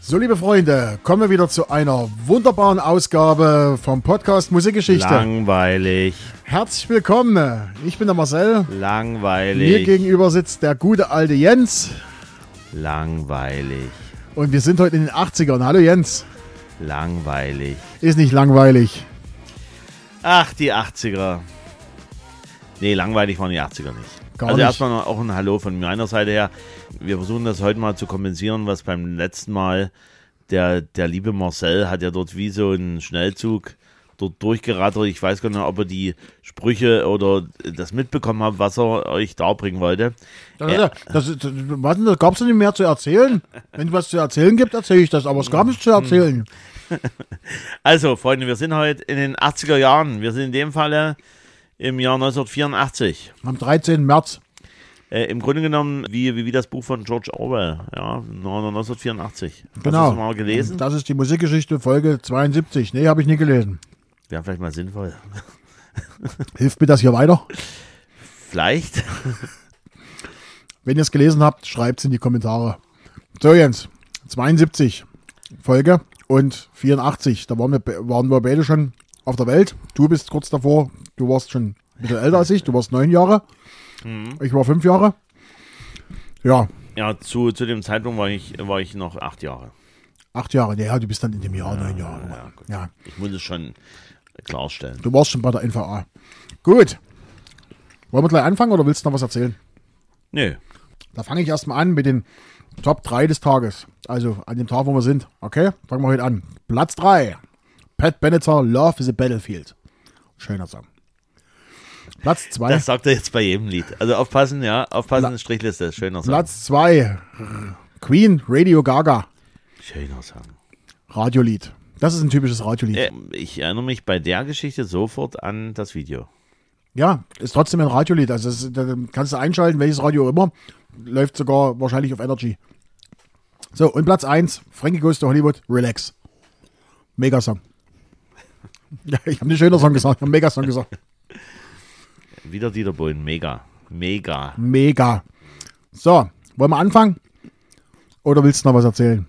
So, liebe Freunde, kommen wir wieder zu einer wunderbaren Ausgabe vom Podcast Musikgeschichte. Langweilig. Herzlich willkommen. Ich bin der Marcel. Langweilig. Mir gegenüber sitzt der gute alte Jens. Langweilig. Und wir sind heute in den 80ern. Hallo Jens. Langweilig. Ist nicht langweilig. Ach, die 80er. Nee, langweilig waren die 80er nicht. Gar also nicht. erstmal noch auch ein Hallo von meiner Seite her. Wir versuchen das heute mal zu kompensieren, was beim letzten Mal der liebe Marcel hat ja dort wie so einen Schnellzug dort durchgerattert. Ich weiß gar nicht, ob er die Sprüche oder das mitbekommen hat, was er euch darbringen wollte. Da gab es nicht mehr zu erzählen. Wenn es was zu erzählen gibt, erzähle ich das. Aber es gab nichts zu erzählen. Also, Freunde, wir sind heute in den 80er Jahren. Wir sind in dem Falle im Jahr 1984. Am 13. März. Im Grunde genommen wie das Buch von George Orwell, ja, 1984. Genau. Hast du das mal gelesen? Das ist die Musikgeschichte, Folge 72. Nee, habe ich nie gelesen. Wäre vielleicht mal sinnvoll. Hilft mir das hier weiter? Vielleicht. Wenn ihr es gelesen habt, schreibt es in die Kommentare. So, Jens, 72 Folge und 84. Da waren wir beide schon auf der Welt. Du bist kurz davor. Du warst schon ein bisschen älter als ich. Du warst 9 Jahre. Ich war 5 Jahre. Ja. Ja, zu dem Zeitpunkt war ich noch 8 Jahre. 8 Jahre, ja, du bist dann in dem Jahr 9 Jahre. Ja, gut. Ja. Ich muss es schon klarstellen. Du warst schon bei der NVA. Gut. Wollen wir gleich anfangen oder willst du noch was erzählen? Nö. Da fange ich erstmal an mit den Top 3 des Tages. Also an dem Tag, wo wir sind. Okay, fangen wir heute an. Platz 3. Pat Benatar, Love is a Battlefield. Schöner Song. Platz 2. Das sagt er jetzt bei jedem Lied. Also aufpassen, ja. Aufpassen, Strichliste. Schöner Song. Platz 2. Queen, Radio Gaga. Schöner Song. Radiolied. Das ist ein typisches Radiolied. Ich erinnere mich bei der Geschichte sofort an das Video. Ja, ist trotzdem ein Radiolied. Also da kannst du einschalten, welches Radio immer. Läuft sogar wahrscheinlich auf Energy. So, und Platz 1. Frankie Goes to Hollywood, Relax. Megasong. Ja, ich habe einen schönen Song gesagt. Ich habe einen Megasong gesagt. Wieder Dieter Bohlen. Mega. Mega. Mega. So, wollen wir anfangen? Oder willst du noch was erzählen?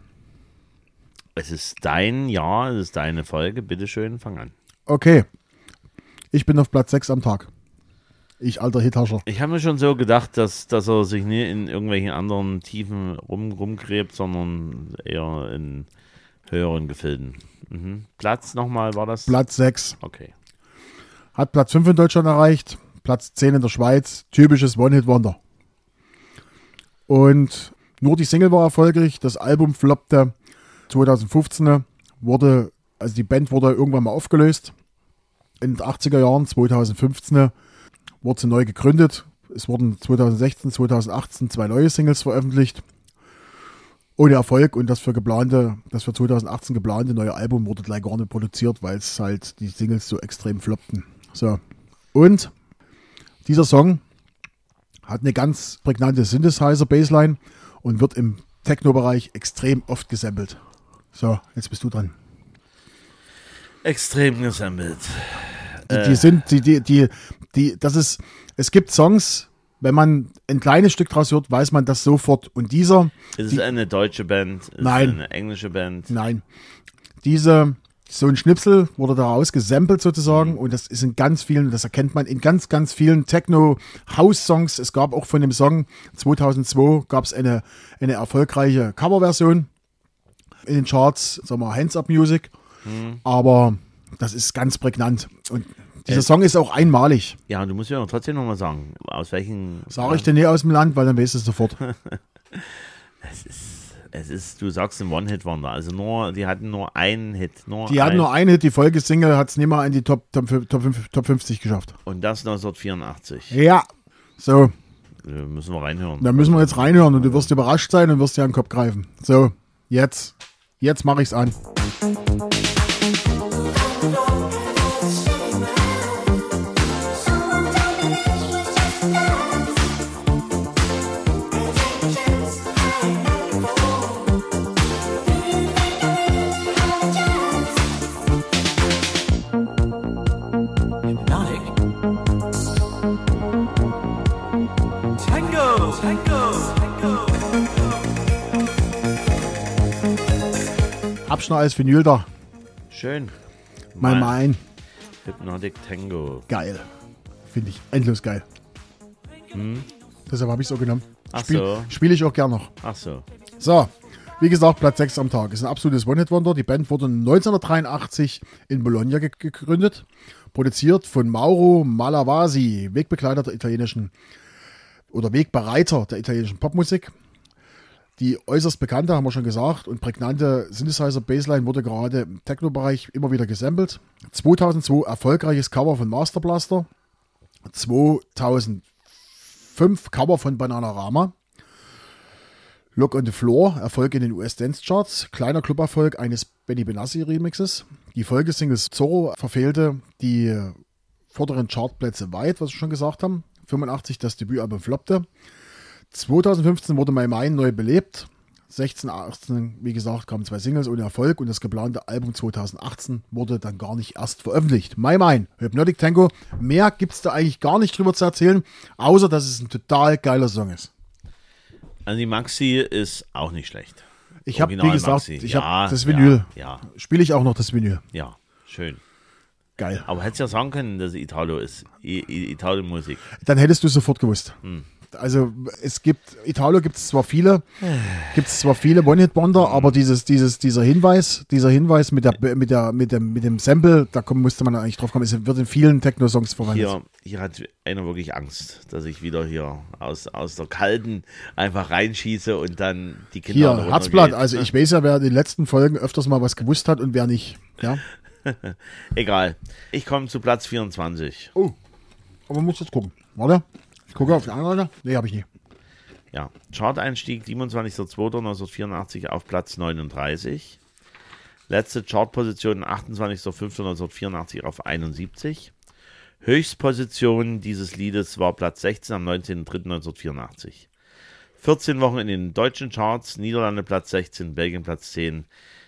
Es ist dein Jahr, es ist deine Folge. Bitteschön, fang an. Okay. Ich bin auf Platz 6 am Tag. Ich alter Hithascher. Ich habe mir schon so gedacht, dass er sich nie in irgendwelchen anderen Tiefen rumgräbt, sondern eher in höheren Gefilden. Platz nochmal war das? Platz 6. Okay. Hat Platz 5 in Deutschland erreicht. Platz 10 in der Schweiz. Typisches One-Hit-Wonder. Und nur die Single war erfolgreich. Das Album floppte 2015. Also die Band wurde irgendwann mal aufgelöst. In den 80er Jahren, 2015, wurde sie neu gegründet. Es wurden 2016, 2018 2 neue Singles veröffentlicht. Ohne Erfolg, und das für 2018 geplante neue Album wurde gleich gar nicht produziert, weil es halt die Singles so extrem floppten. So. Und dieser Song hat eine ganz prägnante Synthesizer-Bassline und wird im Techno-Bereich extrem oft gesampelt. So, jetzt bist du dran. Extrem gesammelt. Es gibt Songs, wenn man ein kleines Stück draus hört, weiß man das sofort. Und dieser... Ist es eine deutsche Band? Ist Nein. es eine englische Band? Nein. So ein Schnipsel wurde daraus gesampelt sozusagen, und das ist in ganz vielen, das erkennt man in ganz, ganz vielen Techno-House-Songs. Es gab auch von dem Song 2002 gab es eine erfolgreiche Coverversion in den Charts, sagen wir Hands Up Music, aber das ist ganz prägnant. Und dieser Song ist auch einmalig. Ja, und du musst ja trotzdem nochmal sagen, aus welchen... Sag ich dir nicht aus dem Land, weil dann weißt du es sofort. Es ist, du sagst ein One-Hit-Wonder, also die hatten nur einen Hit. Die hatten nur einen Hit, die Folgesingle hat es nicht mal in die Top 50 geschafft. Und das 1984. Ja, so. Müssen wir reinhören. Da müssen wir jetzt reinhören und du wirst überrascht sein und wirst dir an den Kopf greifen. So, jetzt mache ich's an. Tango. Abschnall als Vinyl da. Schön. Mein. Hypnotic Tango. Geil. Finde ich endlos geil. Deshalb habe ich es auch genommen. Ach so. Spiele ich auch gern noch. Ach so. So, wie gesagt, Platz 6 am Tag. Ist ein absolutes One-Hit-Wonder. Die Band wurde 1983 in Bologna gegründet. Produziert von Mauro Malavasi, Wegbereiter der italienischen Popmusik. Die äußerst bekannte, haben wir schon gesagt, und prägnante Synthesizer-Bassline wurde gerade im Techno-Bereich immer wieder gesampelt. 2002 erfolgreiches Cover von Master Blaster. 2005 Cover von Bananarama. Look on the Floor, Erfolg in den US-Dance-Charts. Kleiner Club-Erfolg eines Benny Benassi-Remixes. Die Folgesingles Zorro verfehlte die vorderen Chartplätze weit, was wir schon gesagt haben. 85 das Debütalbum floppte. 2015 wurde My Mind neu belebt. 16, 18, wie gesagt, kamen 2 Singles ohne Erfolg und das geplante Album 2018 wurde dann gar nicht erst veröffentlicht. My Mind, Hypnotic Tango. Mehr gibt es da eigentlich gar nicht drüber zu erzählen, außer dass es ein total geiler Song ist. Also die Maxi ist auch nicht schlecht. Ich habe, wie gesagt, das Vinyl. Ja. Spiele ich auch noch das Vinyl. Ja, schön. Geil. Aber hättest ja sagen können, dass es Italo ist. Italo-Musik. Dann hättest du sofort gewusst. Also Italo gibt es zwar viele One-Hit-Wonder, aber dieser Hinweis mit dem Sample, musste man eigentlich drauf kommen. Es wird in vielen Techno-Songs verwendet. Hier hat einer wirklich Angst, dass ich wieder hier aus der Kalten einfach reinschieße und dann die Kinder hier, Herzblatt, also ich weiß ja, wer in den letzten Folgen öfters mal was gewusst hat und wer nicht. Ja? Egal. Ich komme zu Platz 24. Oh, aber man muss jetzt gucken. Warte. Ich gucke auf die andere Seite. Nee, habe ich nie. Ja, Chart-Einstieg 27.02.1984 auf Platz 39. Letzte Chartposition 28.05.1984 auf 71. Höchstposition dieses Liedes war Platz 16 am 19.03.1984. 14 Wochen in den deutschen Charts, Niederlande Platz 16, Belgien Platz 10,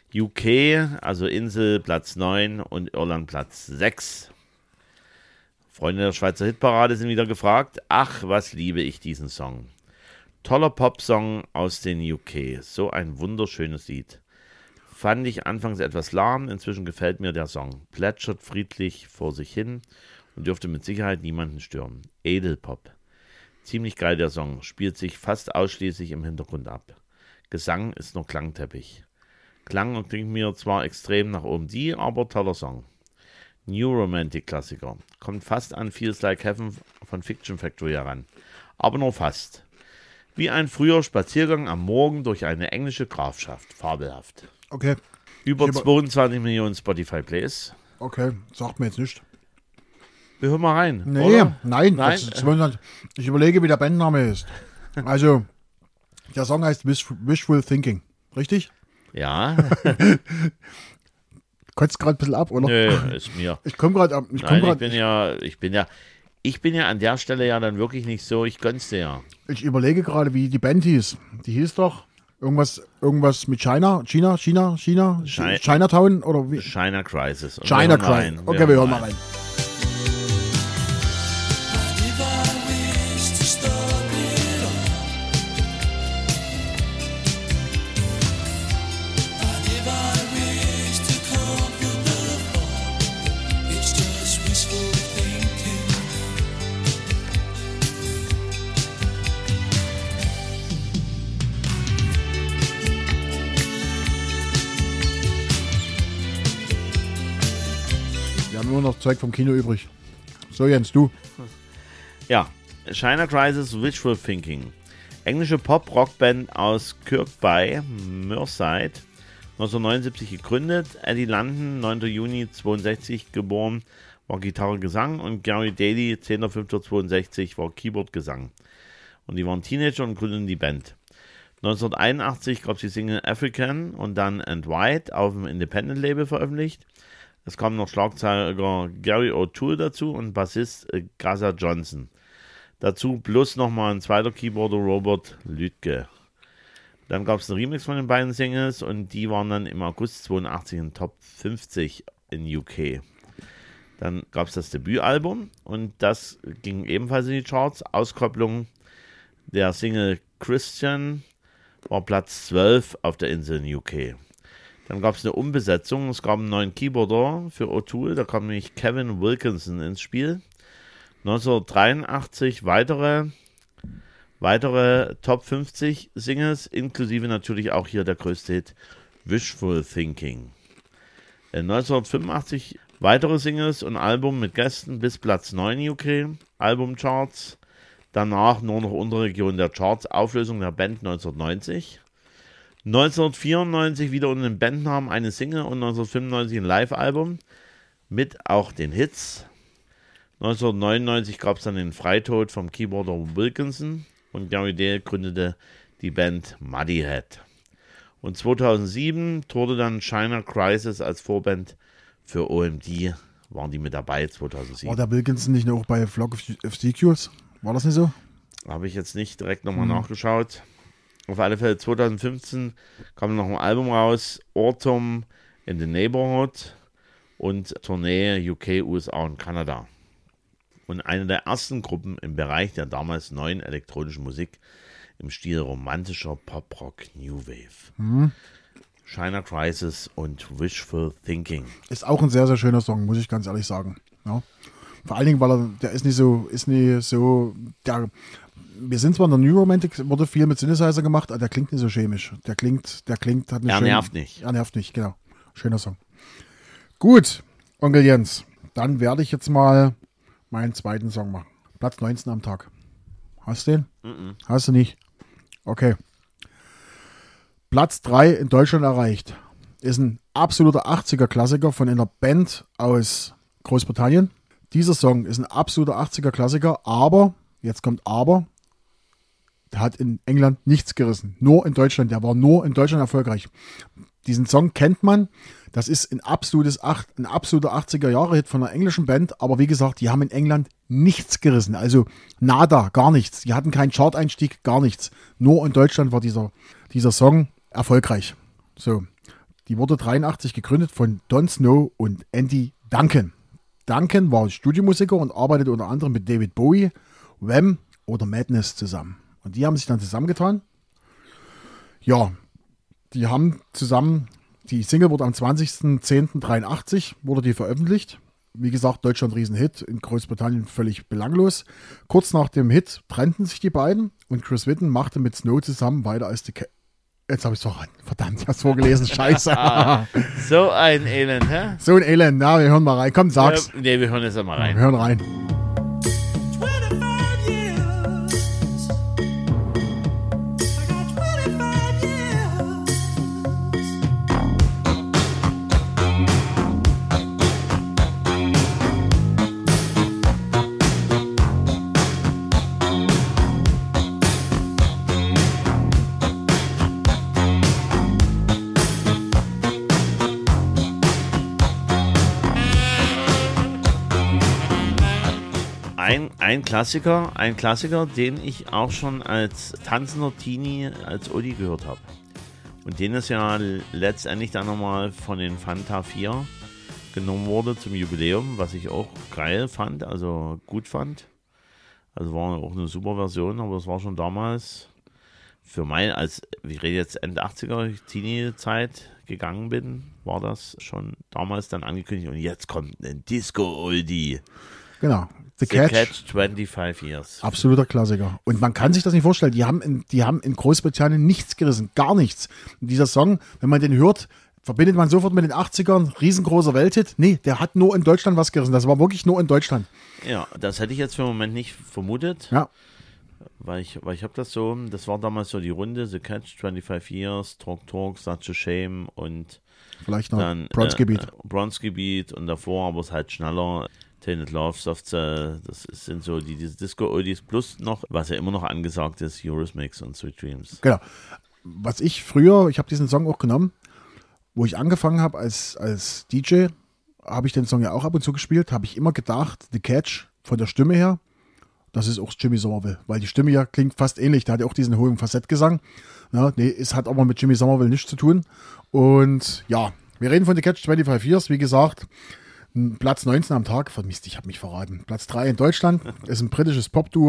UK, also Insel Platz 9 und Irland Platz 6. Freunde der Schweizer Hitparade sind wieder gefragt. Ach, was liebe ich diesen Song. Toller Popsong aus den UK. So ein wunderschönes Lied. Fand ich anfangs etwas lahm, inzwischen gefällt mir der Song. Plätschert friedlich vor sich hin und dürfte mit Sicherheit niemanden stören. Edelpop. Ziemlich geil der Song, spielt sich fast ausschließlich im Hintergrund ab. Gesang ist nur Klangteppich. Klang und klingt mir zwar extrem nach oben aber toller Song. New Romantic Klassiker. Kommt fast an Feels Like Heaven von Fiction Factory heran. Aber nur fast. Wie ein früher Spaziergang am Morgen durch eine englische Grafschaft. Fabelhaft. Okay. Über 22 Millionen Spotify-Plays. Okay, sagt mir jetzt nicht. Wir hören mal rein. Nee, oder? nein. Ich überlege, wie der Bandname ist. Also, der Song heißt Wishful Thinking. Richtig? Ja. Kotzt gerade ein bisschen ab, oder? Nö, ist mir. Ich komme gerade ab. Ich bin ja an der Stelle ja dann wirklich nicht so, ich gönn's dir ja. Ich überlege gerade, wie die Band hieß. Die hieß doch irgendwas mit Chinatown oder wie? China Crisis. Und China Crisis. Okay, wir hören mal rein. Nur noch Zeug vom Kino übrig. So, Jens, du. Ja, China Crisis, Wishful Thinking. Englische Pop-Rock-Band aus Kirkby, Merseyside. 1979 gegründet. Eddie London, 9. Juni 62 geboren, war Gitarre, Gesang. Und Gary Daly, 10.05.62 war Keyboard, Gesang. Und die waren Teenager und gründeten die Band. 1981 gab es die Single African und dann And White auf dem Independent-Label veröffentlicht. Es kam noch Schlagzeuger Gary O'Toole dazu und Bassist Gaza Johnson. Dazu plus nochmal ein zweiter Keyboarder Robert Lüdke. Dann gab es einen Remix von den beiden Singles und die waren dann im August 82 in Top 50 in UK. Dann gab es das Debütalbum und das ging ebenfalls in die Charts. Auskopplung der Single Christian war Platz 12 auf der Insel in UK. Dann gab es eine Umbesetzung. Es gab einen neuen Keyboarder für O'Toole. Da kam nämlich Kevin Wilkinson ins Spiel. 1983 weitere Top 50 Singles, inklusive natürlich auch hier der größte Hit Wishful Thinking. 1985 weitere Singles und Album mit Gästen bis Platz 9 UK, Albumcharts. Danach nur noch Unterregion der Charts, Auflösung der Band 1990. 1994 wieder unter dem Bandnamen eine Single und 1995 ein Live-Album mit auch den Hits. 1999 gab es dann den Freitod vom Keyboarder Wilkinson und Gary Dale gründete die Band Muddyhead. Und 2007 tourte dann China Crisis als Vorband für OMD, waren die mit dabei 2007. War der Wilkinson nicht auch bei Flock of Sequels? War das nicht so? Habe ich jetzt nicht direkt nochmal nachgeschaut. Auf alle Fälle 2015 kam noch ein Album raus, Autumn in the Neighborhood und Tournee UK, USA und Kanada. Und eine der ersten Gruppen im Bereich der damals neuen elektronischen Musik im Stil romantischer Pop-Rock New Wave. China Crisis und Wishful Thinking. Ist auch ein sehr, sehr schöner Song, muss ich ganz ehrlich sagen. Ja. Vor allen Dingen, weil der ist nicht so, wir sind zwar in der New Romantic, wurde viel mit Synthesizer gemacht, aber der klingt nicht so chemisch. Der klingt, hat eine nervt nicht. Er nervt nicht, genau. Schöner Song. Gut, Onkel Jens, dann werde ich jetzt mal meinen zweiten Song machen. Platz 19 am Tag. Hast du den? Hast du nicht? Okay. Platz 3 in Deutschland erreicht. Ist ein absoluter 80er-Klassiker von einer Band aus Großbritannien. Dieser Song ist ein absoluter 80er-Klassiker, aber, jetzt kommt aber, der hat in England nichts gerissen. Nur in Deutschland. Der war nur in Deutschland erfolgreich. Diesen Song kennt man. Das ist ein absoluter 80er-Jahre-Hit von einer englischen Band. Aber wie gesagt, die haben in England nichts gerissen. Also nada, gar nichts. Die hatten keinen Chart-Einstieg, gar nichts. Nur in Deutschland war dieser Song erfolgreich. So, die wurde 83 gegründet von Don Snow und Andy Duncan. Duncan war Studiomusiker und arbeitete unter anderem mit David Bowie, Wham oder Madness zusammen. Und die haben sich dann zusammengetan. Ja, die haben zusammen, die Single wurde am 20.10.83 wurde die veröffentlicht. Wie gesagt, Deutschland Riesenhit, in Großbritannien völlig belanglos. Kurz nach dem Hit trennten sich die beiden und Chris Whitten machte mit Snow zusammen weiter als die Jetzt habe ich es verraten. Verdammt, ich habe es vorgelesen. Scheiße. So ein Elend, hä? So ein Elend. Na, wir hören mal rein. Komm, sag's. Nee, wir hören jetzt mal rein. Wir hören rein. Ein Klassiker, den ich auch schon als tanzender Teenie als Odi gehört habe. Und den es ja letztendlich dann nochmal von den Fanta 4 genommen wurde zum Jubiläum, was ich auch geil fand, also gut fand. Also war auch eine super Version, aber es war schon damals für ich rede jetzt Ende 80er Teenie-Zeit gegangen bin, war das schon damals dann angekündigt und jetzt kommt ein Disco-Oldie. Genau. The Catch 25 Years. Absoluter Klassiker. Und man kann sich das nicht vorstellen. Die haben in Großbritannien nichts gerissen. Gar nichts. Und dieser Song, wenn man den hört, verbindet man sofort mit den 80ern. Riesengroßer Welthit. Nee, der hat nur in Deutschland was gerissen. Das war wirklich nur in Deutschland. Ja, das hätte ich jetzt für den Moment nicht vermutet. Ja. Weil ich habe das war damals so die Runde, The Catch 25 Years, Talk, Such a Shame und vielleicht noch dann Bronzegebiet und davor, aber es halt schneller. Tainted Love, Soft Cell, das sind so diese Disco-Oldies plus noch, was ja immer noch angesagt ist, Eurismix und Sweet Dreams. Genau. Was ich früher, ich habe diesen Song auch genommen, wo ich angefangen habe als DJ, habe ich den Song ja auch ab und zu gespielt, habe ich immer gedacht, The Catch von der Stimme her, das ist auch Jimmy Somerville, weil die Stimme ja klingt fast ähnlich, der hat ja auch diesen hohen Facettgesang. Ja, nee, es hat aber mit Jimmy Somerville nichts zu tun. Und ja, wir reden von The Catch 25 Years, wie gesagt, Platz 19 am Tag, vermisst, ich habe mich verraten. Platz 3 in Deutschland, ist ein britisches Popduo,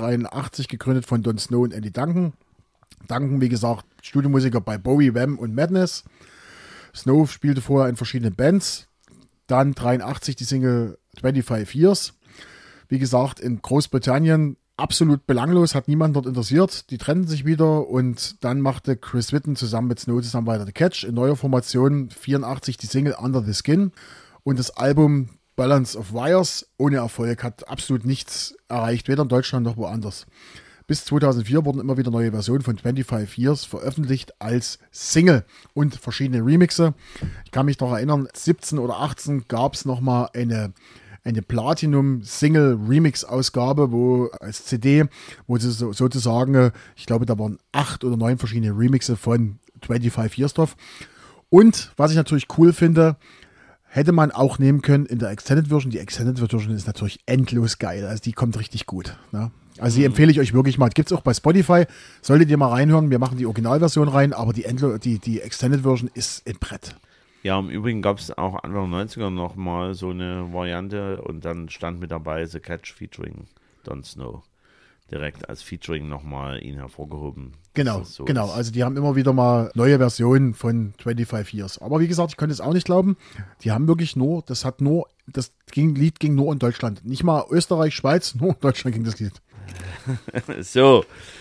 1983 gegründet von Don Snow und Andy Duncan. Duncan, wie gesagt, Studiomusiker bei Bowie, Wham und Madness. Snow spielte vorher in verschiedenen Bands. Dann 83 die Single 25 Years. Wie gesagt, in Großbritannien absolut belanglos, hat niemand dort interessiert. Die trennten sich wieder und dann machte Chris Whitten zusammen mit Snow zusammen weiter The Catch. In neuer Formation 84 die Single Under the Skin und das Album Balance of Wires ohne Erfolg, hat absolut nichts erreicht, weder in Deutschland noch woanders. Bis 2004 wurden immer wieder neue Versionen von 25 Years veröffentlicht als Single und verschiedene Remixe. Ich kann mich noch erinnern, 17 oder 18 gab es nochmal eine Platinum-Single-Remix-Ausgabe, wo als CD, wo sie sozusagen, ich glaube, da waren 8 oder 9 verschiedene Remixe von 25 Years drauf. Und was ich natürlich cool finde, hätte man auch nehmen können in der Extended Version. Die Extended Version ist natürlich endlos geil, also die kommt richtig gut. Ne? Also die empfehle ich euch wirklich mal. Gibt es auch bei Spotify, solltet ihr mal reinhören. Wir machen die Originalversion rein, aber die Extended Version ist ein Brett. Ja, im Übrigen gab es auch Anfang 90er nochmal so eine Variante und dann stand mit dabei The Catch featuring Don Snow. Direkt als Featuring nochmal ihn hervorgehoben. Genau, so genau. ist. Also die haben immer wieder mal neue Versionen von 25 Years. Aber wie gesagt, ich könnte es auch nicht glauben. Die haben wirklich das Lied ging nur in Deutschland. Nicht mal Österreich, Schweiz, nur in Deutschland ging das Lied. So,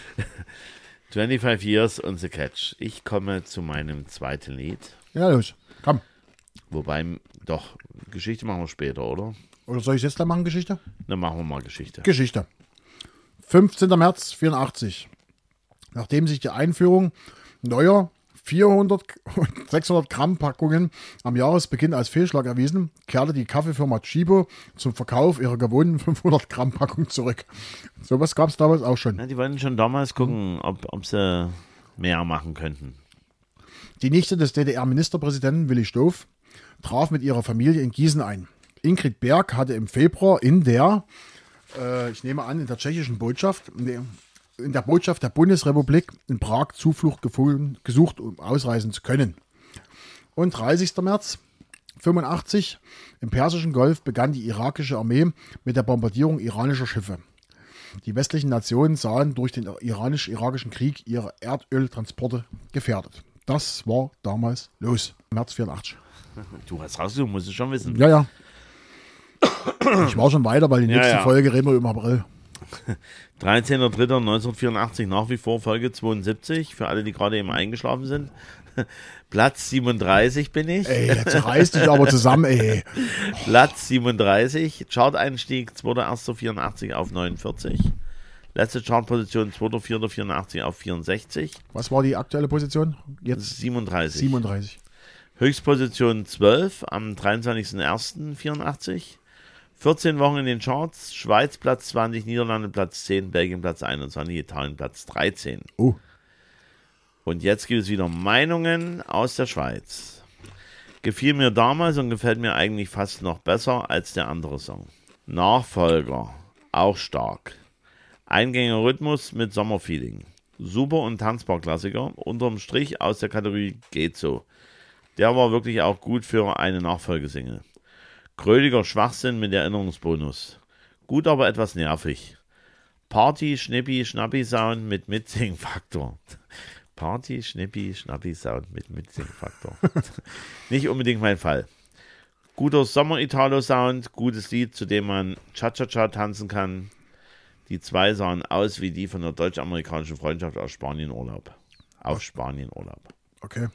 25 Years und The Catch. Ich komme zu meinem zweiten Lied. Ja, los, komm. Wobei, doch, Geschichte machen wir später, oder? Oder soll ich es jetzt da machen, Geschichte? Dann machen wir mal Geschichte. 15. März 84. Nachdem sich die Einführung neuer 400 und 600 Gramm Packungen am Jahresbeginn als Fehlschlag erwiesen, kehrte die Kaffeefirma Chibo zum Verkauf ihrer gewohnten 500 Gramm Packung zurück. Sowas gab es damals auch schon. Ja, die wollten schon damals gucken, ob sie mehr machen könnten. Die Nichte des DDR-Ministerpräsidenten Willi Stoph traf mit ihrer Familie in Gießen ein. Ingrid Berg hatte im Februar in der tschechischen Botschaft, in der Botschaft der Bundesrepublik in Prag Zuflucht gesucht, um ausreisen zu können. Und 30. März 85 im Persischen Golf begann die irakische Armee mit der Bombardierung iranischer Schiffe. Die westlichen Nationen sahen durch den iranisch-irakischen Krieg ihre Erdöltransporte gefährdet. Das war damals los, März 84. Du hast rausgesucht, musst du schon wissen. Ja. Ich war schon weiter, weil die nächste Folge reden wir im April. 13.03.1984, nach wie vor Folge 72, für alle, die gerade eben eingeschlafen sind. Platz 37 bin ich. Ey, jetzt reiß dich aber zusammen, ey. Platz 37, Chart-Einstieg 2.1.84 auf 49. Letzte Chartposition 2.4.84 auf 64. Was war die aktuelle Position? Jetzt 37. Höchstposition 12 am 23.01.84. 14 Wochen in den Charts. Schweiz Platz 20, Niederlande Platz 10, Belgien Platz 21, Italien Platz 13. Und jetzt gibt es wieder Meinungen aus der Schweiz. Gefiel mir damals und gefällt mir eigentlich fast noch besser als der andere Song. Nachfolger, auch stark. Eingängiger Rhythmus mit Sommerfeeling. Super und tanzbar Klassiker. Unterm Strich aus der Kategorie geht so. Der war wirklich auch gut für eine Nachfolgesingle. Gröliger Schwachsinn mit Erinnerungsbonus. Gut, aber etwas nervig. Party, Schnippi, Schnappi Sound mit Mitsingfaktor. Party, Schnippi, Schnappi Sound mit Mitsingfaktor. Nicht unbedingt mein Fall. Guter Sommer-Italo-Sound, gutes Lied, zu dem man Cha-Cha-Cha tanzen kann. Die zwei sahen aus wie die von der deutsch-amerikanischen Freundschaft aus Spanien-Urlaub. Auf Spanien-Urlaub. Okay.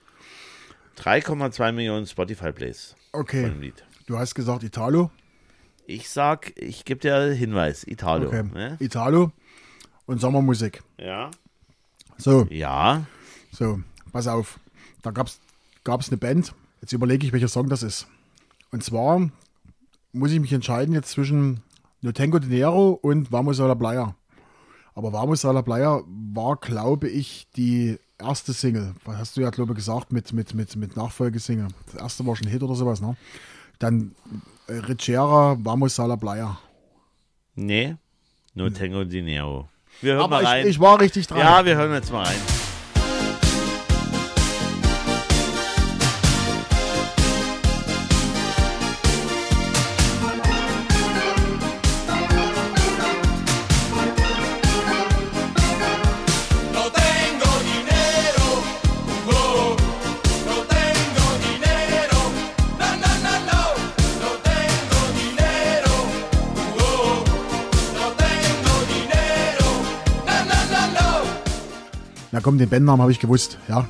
3,2 Millionen Spotify-Plays. Okay. Von dem Lied. Du hast gesagt Italo. Ich gebe dir Hinweis, Italo. Okay. Ne? Italo und Sommermusik. Ja. So, pass auf. Da gab's eine Band. Jetzt überlege ich, welcher Song das ist. Und zwar muss ich mich entscheiden jetzt zwischen No Tengo Dinero und Vamos a la Playa. Aber Vamos a la Playa war, glaube ich, die erste Single. Was hast du ja, glaube ich, gesagt mit Nachfolgesingle. Das erste war schon ein Hit oder sowas, ne? Dann Richera, Vamos a la Playa. Nee, No Tengo Dinero. Wir hören mal rein. Ich war richtig dran. Ja, wir hören jetzt mal rein. Na komm, den Bandnamen habe ich gewusst, ja.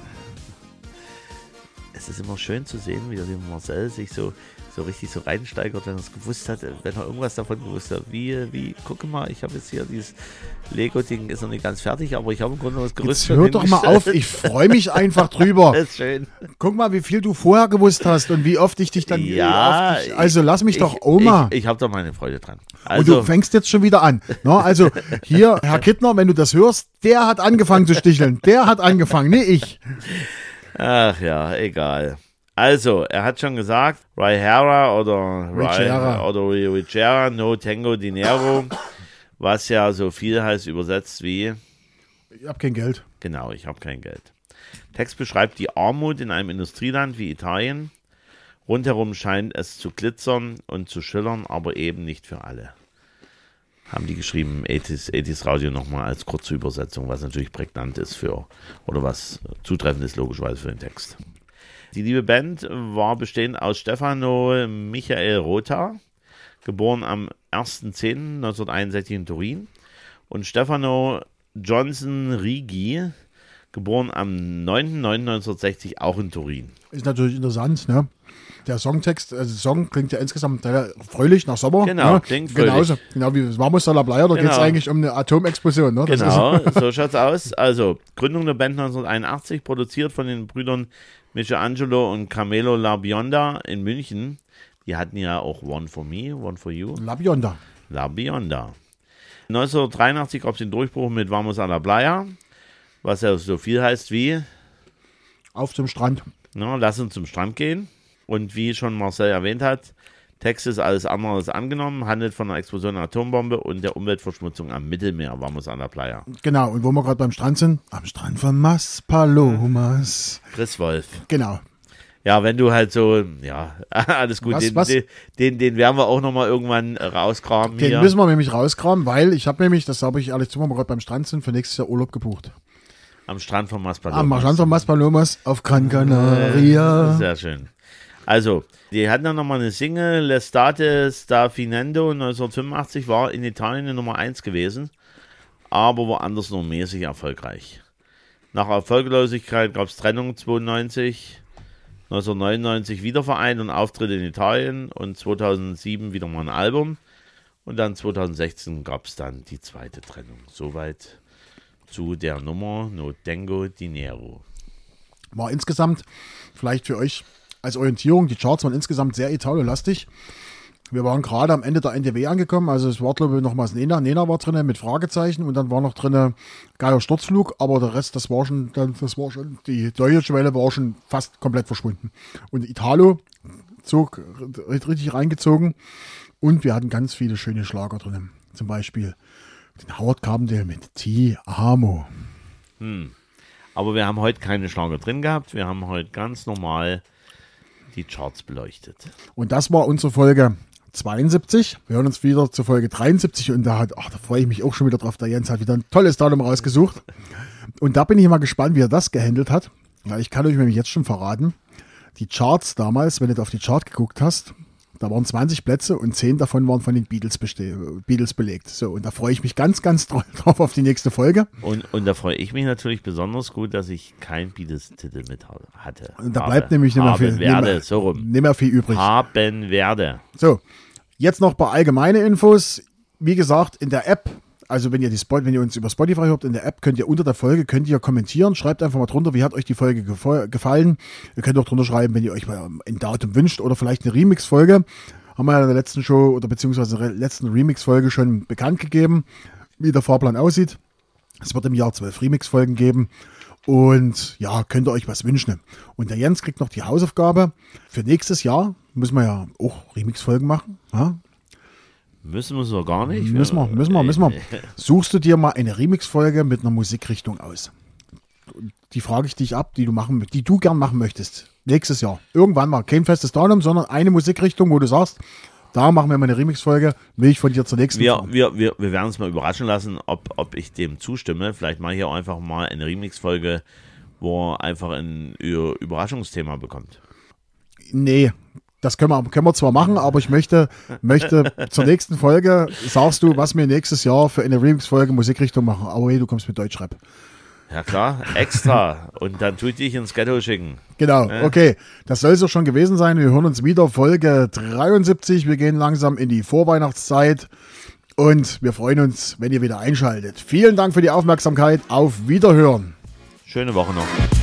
Es ist immer schön zu sehen, wie der Marcel sich so richtig so reinsteigert, wenn er es gewusst hat, wenn er irgendwas davon gewusst hat. Wie, gucke mal, ich habe jetzt hier dieses Lego-Ding, ist noch nicht ganz fertig, aber ich habe im Grunde was Gerüst. Jetzt hör doch mal auf, ich freue mich einfach drüber. Das ist schön. Guck mal, wie viel du vorher gewusst hast und wie oft ich dich dann... also lass mich doch, Oma. Ich habe da meine Freude dran. Also, und du fängst jetzt schon wieder an. No, also hier, Herr Kittner, wenn du das hörst, der hat angefangen zu sticheln. Der hat angefangen, nicht ich. Ach ja, egal. Also, er hat schon gesagt, Ricciera oder Ricciera, no tengo dinero, was ja so viel heißt übersetzt wie... Ich habe kein Geld. Genau, ich habe kein Geld. Text beschreibt die Armut in einem Industrieland wie Italien. Rundherum scheint es zu glitzern und zu schillern, aber eben nicht für alle. Haben die geschrieben, 80s Radio nochmal als kurze Übersetzung, was natürlich prägnant ist oder was zutreffend ist logischerweise für den Text. Die liebe Band war bestehend aus Stefano Michael Rota, geboren am 1.10.1961 in Turin, und Stefano Johnson Rigi, geboren am 9.9.1960 auch in Turin. Ist natürlich interessant, ne? Der Songtext, also der Song klingt ja insgesamt fröhlich nach Sommer. Genau, ne? klingt fröhlich. Genauso, genau wie Vamos a la Playa, da geht es eigentlich um eine Atomexplosion. Ne? Genau, so schaut's aus. Also, Gründung der Band 1981, produziert von den Brüdern Michelangelo und Carmelo La Bionda in München. Die hatten ja auch One for Me, One for You. La Bionda. 1983 gab es den Durchbruch mit Vamos a la Playa, was ja so viel heißt wie... Auf zum Strand. Na, lass uns zum Strand gehen. Und wie schon Marcel erwähnt hat, Text ist alles andere als angenommen, handelt von einer Explosion einer Atombombe und der Umweltverschmutzung am Mittelmeer, Vamos a la Playa. Genau, und wo wir gerade beim Strand sind, am Strand von Maspalomas. Chris Wolf. Genau. Ja, wenn du halt so, ja, alles gut, Was? Den werden wir auch nochmal irgendwann rauskramen. Den müssen wir nämlich rauskramen, weil ich habe nämlich, das habe ich ehrlich zu, wenn wir gerade beim Strand sind, für nächstes Jahr Urlaub gebucht. Am Strand von Maspalomas. Am Strand von Maspalomas auf Gran Canaria. Sehr schön. Also, die hatten dann nochmal eine Single, L'estate sta finendo, 1985, war in Italien die Nummer 1 gewesen, aber woanders nur mäßig erfolgreich. Nach Erfolglosigkeit gab es Trennung 1992, 1999 Wiederverein und Auftritte in Italien und 2007 wieder mal ein Album und dann 2016 gab es dann die zweite Trennung. Soweit zu der Nummer No Tengo Dinero. War insgesamt, vielleicht für euch als Orientierung, die Charts waren insgesamt sehr Italo-lastig. Wir waren gerade am Ende der NDW angekommen, also es war glaube ich nochmals Nena war drin mit Fragezeichen und dann war noch drin Geiler Sturzflug, aber der Rest, das war schon, die deutsche Welle war schon fast komplett verschwunden. Und Italo zog richtig reingezogen und wir hatten ganz viele schöne Schlager drin. Zum Beispiel den Howard Carpendale mit Ti Amo. Aber wir haben heute keine Schlager drin gehabt, wir haben heute ganz normal die Charts beleuchtet. Und das war unsere Folge 72. Wir hören uns wieder zur Folge 73 und da freue ich mich auch schon wieder drauf. Der Jens hat wieder ein tolles Datum rausgesucht. Und da bin ich mal gespannt, wie er das gehandelt hat. Weil ich kann euch nämlich jetzt schon verraten, die Charts damals, wenn du auf die Chart geguckt hast, da waren 20 Plätze und 10 davon waren von den Beatles belegt. So, und da freue ich mich ganz, ganz drauf auf die nächste Folge. Und da freue ich mich natürlich besonders gut, dass ich keinen Beatles-Titel mit hatte. Und da bleibt nämlich nicht mehr viel übrig. Haben werde. So, jetzt noch ein paar allgemeine Infos. Wie gesagt, in der App, also wenn ihr uns über Spotify hört, in der App könnt ihr unter der Folge kommentieren. Schreibt einfach mal drunter, wie hat euch die Folge gefallen. Ihr könnt auch drunter schreiben, wenn ihr euch mal ein Datum wünscht oder vielleicht eine Remix-Folge. Haben wir ja in der letzten Show oder beziehungsweise in der letzten Remix-Folge schon bekannt gegeben, wie der Fahrplan aussieht. Es wird im Jahr 12 Remix-Folgen geben. Und ja, könnt ihr euch was wünschen. Und der Jens kriegt noch die Hausaufgabe. Für nächstes Jahr müssen wir ja auch Remix-Folgen machen. Ja? Müssen wir so gar nicht. Müssen wir. Suchst du dir mal eine Remix-Folge mit einer Musikrichtung aus? Die frage ich dich ab, die du gern machen möchtest. Nächstes Jahr. Irgendwann mal. Kein festes Datum, sondern eine Musikrichtung, wo du sagst, da machen wir mal eine Remix-Folge, will ich von dir zur nächsten Wir werden uns mal überraschen lassen, ob ich dem zustimme. Vielleicht mache ich auch einfach mal eine Remix-Folge, wo er einfach ein Überraschungsthema bekommt. Nee, das können wir zwar machen, aber ich möchte zur nächsten Folge, sagst du, was wir nächstes Jahr für eine Remix-Folge Musikrichtung machen. Aber hey, du kommst mit Deutschrap. Ja klar, extra. Und dann tue ich dich ins Ghetto schicken. Genau, okay. Das soll es auch schon gewesen sein. Wir hören uns wieder, Folge 73. Wir gehen langsam in die Vorweihnachtszeit. Und wir freuen uns, wenn ihr wieder einschaltet. Vielen Dank für die Aufmerksamkeit. Auf Wiederhören. Schöne Woche noch.